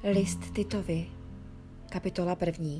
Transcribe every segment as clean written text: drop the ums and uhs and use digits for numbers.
List Titovi, kapitola 1.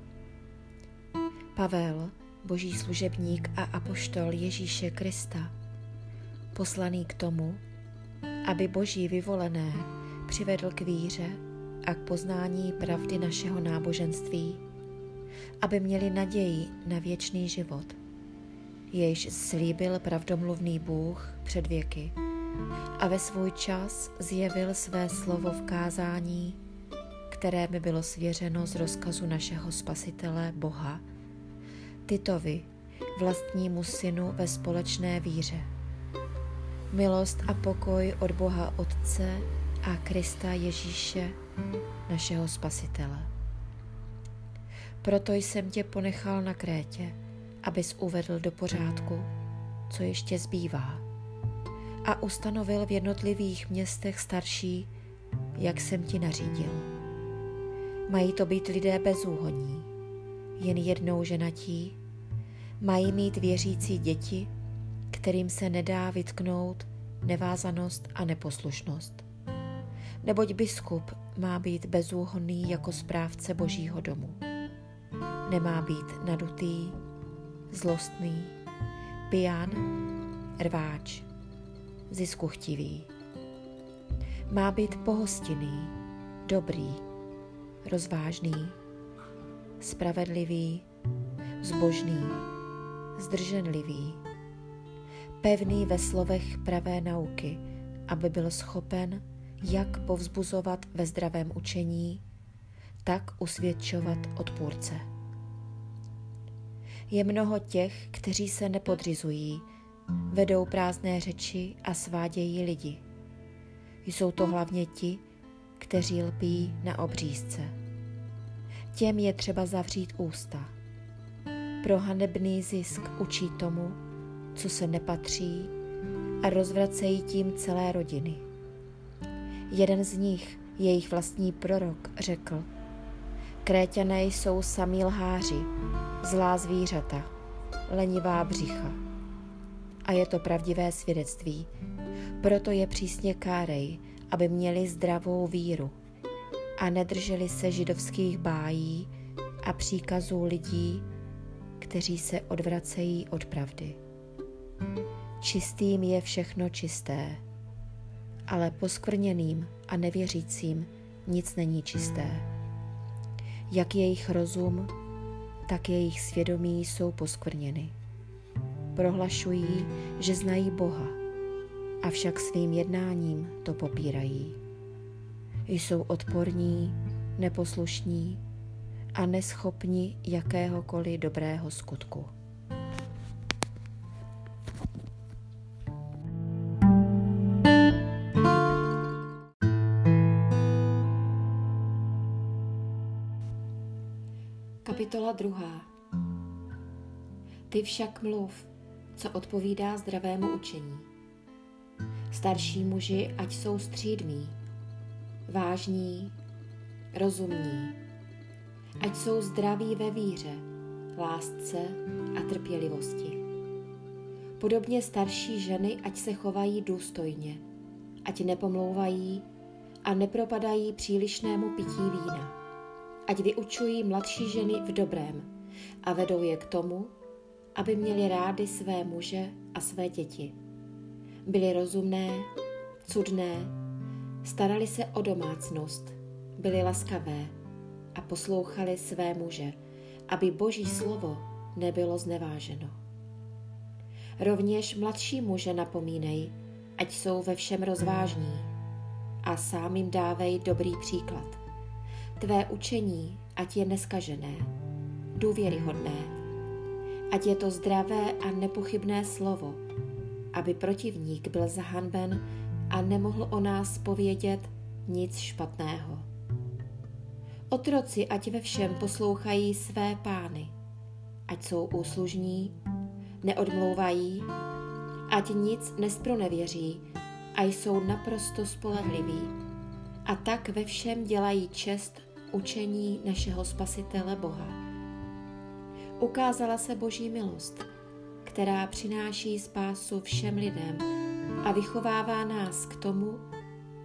Pavel, boží služebník a apoštol Ježíše Krista, poslaný k tomu, aby boží vyvolené přivedl k víře a k poznání pravdy našeho náboženství, aby měli naději na věčný život, jejž slíbil pravdomluvný Bůh před věky a ve svůj čas zjevil své slovo v kázání, které mi bylo svěřeno z rozkazu našeho Spasitele Boha, Titovi, vlastnímu synu ve společné víře. Milost a pokoj od Boha Otce a Krista Ježíše, našeho Spasitele. Proto jsem tě ponechal na Krétě, abys uvedl do pořádku, co ještě zbývá, a ustanovil v jednotlivých městech starší, jak jsem ti nařídil. Mají to být lidé bezúhonní, jen jednou ženatí, mají mít věřící děti, kterým se nedá vytknout nevázanost a neposlušnost. Neboť biskup má být bezúhonný jako správce božího domu. Nemá být nadutý, zlostný, pijan, rváč, ziskuchtivý. Má být pohostinný, dobrý, rozvážný, spravedlivý, zbožný, zdrženlivý, pevný ve slovech pravé nauky, aby byl schopen jak povzbuzovat ve zdravém učení, tak usvědčovat odpůrce. Je mnoho těch, kteří se nepodřizují, vedou prázdné řeči a svádějí lidi. Jsou to hlavně ti, kteří lpí na obřízce. Těm je třeba zavřít ústa. Pro hanebný zisk učí tomu, co se nepatří, a rozvracejí tím celé rodiny. Jeden z nich, jejich vlastní prorok, řekl: Kréťané jsou samí lháři, zlá zvířata, lenivá břicha. A je to pravdivé svědectví, proto je přísně kárej, aby měli zdravou víru a nedrželi se židovských bájí a příkazů lidí, kteří se odvracejí od pravdy. Čistým je všechno čisté, ale poskvrněným a nevěřícím nic není čisté. Jak jejich rozum, tak jejich svědomí jsou poskvrněny. Prohlašují, že znají Boha, avšak svým jednáním to popírají. Jsou odporní, neposlušní a neschopni jakéhokoliv dobrého skutku. Kapitola 2. Ty však mluv, co odpovídá zdravému učení. Starší muži ať jsou střídmí, vážní, rozumní, ať jsou zdraví ve víře, lásce a trpělivosti. Podobně starší ženy ať se chovají důstojně, ať nepomlouvají a nepropadají přílišnému pití vína. Ať vyučují mladší ženy v dobrém a vedou je k tomu, aby měli rády své muže a své děti. Byly rozumné, cudné, starali se o domácnost, byly laskavé a poslouchali své muže, aby Boží slovo nebylo zneváženo. Rovněž mladší muže napomínej, ať jsou ve všem rozvážní, a sám jim dávej dobrý příklad. Tvé učení ať je neskažené, důvěryhodné, ať je to zdravé a nepochybné slovo, aby protivník byl zahanben a nemohl o nás povědět nic špatného. Otroci ať ve všem poslouchají své pány, ať jsou úslužní, neodmlouvají, ať nic nespronevěří a jsou naprosto spolehliví, a tak ve všem dělají čest učení našeho Spasitele Boha. Ukázala se Boží milost, která přináší spásu všem lidem a vychovává nás k tomu,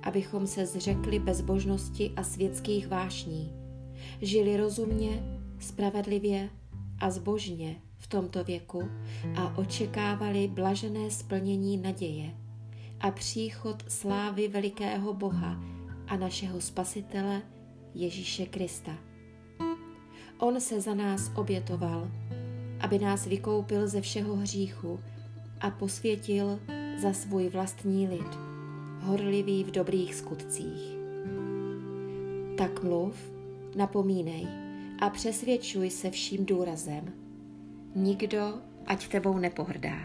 abychom se zřekli bezbožnosti a světských vášní, žili rozumně, spravedlivě a zbožně v tomto věku a očekávali blažené splnění naděje a příchod slávy velikého Boha a našeho Spasitele Ježíše Krista. On se za nás obětoval, aby nás vykoupil ze všeho hříchu a posvětil za svůj vlastní lid, horlivý v dobrých skutcích. Tak mluv, napomínej a přesvědčuj se vším důrazem. Nikdo ať tebou nepohrdá.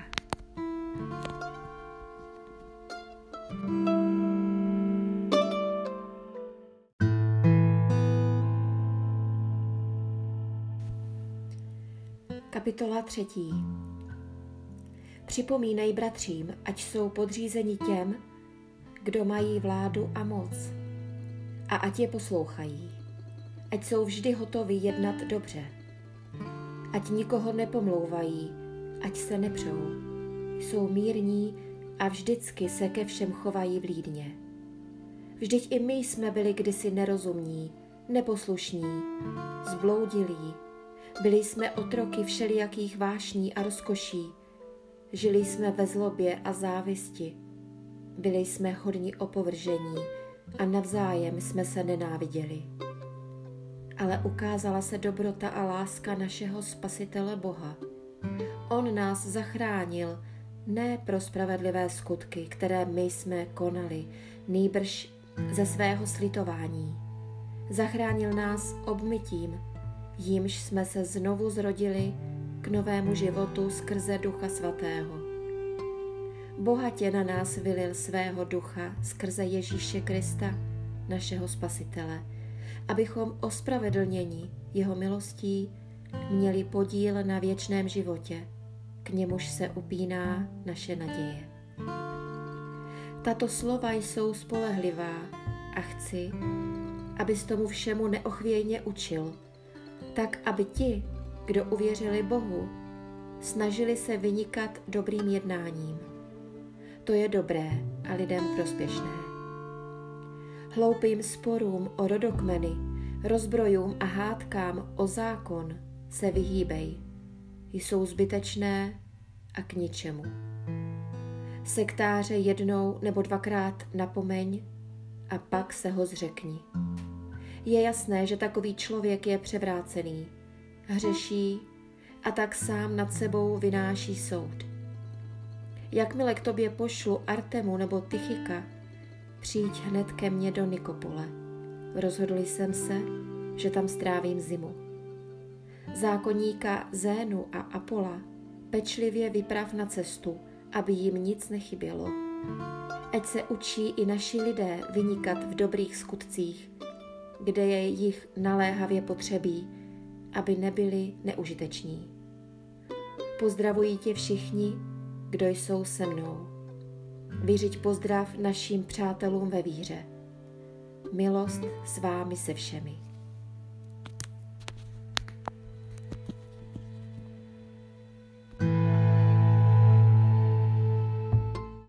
Kapitola 3. Připomínej bratřím, ať jsou podřízeni těm, kdo mají vládu a moc, a ať je poslouchají. Ať jsou vždy hotovi jednat dobře. Ať nikoho nepomlouvají, ať se nepřou. Jsou mírní a vždycky se ke všem chovají vlídně. Vždyť i my jsme byli kdysi nerozumní, neposlušní, zbloudilí. Byli jsme otroky všelijakých vášní a rozkoší. Žili jsme ve zlobě a závisti. Byli jsme hodni opovržení a navzájem jsme se nenáviděli. Ale ukázala se dobrota a láska našeho Spasitele Boha. On nás zachránil ne pro spravedlivé skutky, které my jsme konali, nýbrž ze svého slitování. Zachránil nás obmytím, jímž jsme se znovu zrodili k novému životu skrze Ducha Svatého. Bohatě na nás vylil svého ducha skrze Ježíše Krista, našeho Spasitele, abychom ospravedlněni jeho milostí měli podíl na věčném životě, k němuž se upíná naše naděje. Tato slova jsou spolehlivá a chci, abys tomu všemu neochvějně učil, tak aby ti, kdo uvěřili Bohu, snažili se vynikat dobrým jednáním. To je dobré a lidem prospěšné. Hloupým sporům o rodokmeny, rozbrojům a hádkám o zákon se vyhýbej. Jsou zbytečné a k ničemu. Sektáře jednou nebo dvakrát napomeň a pak se ho zřekni. Je jasné, že takový člověk je převrácený, hřeší a tak sám nad sebou vynáší soud. Jakmile k tobě pošlu Artemu nebo Tychika, přijď hned ke mně do Nikopole. Rozhodl jsem se, že tam strávím zimu. Zákonníka Zénu a Apola pečlivě vyprav na cestu, aby jim nic nechybělo. Ať se učí i naši lidé vynikat v dobrých skutcích, kde je jich naléhavě potřebí, aby nebyli neužiteční. Pozdravují tě všichni, kdo jsou se mnou. Vyřiď pozdrav našim přátelům ve víře. Milost s vámi se všemi.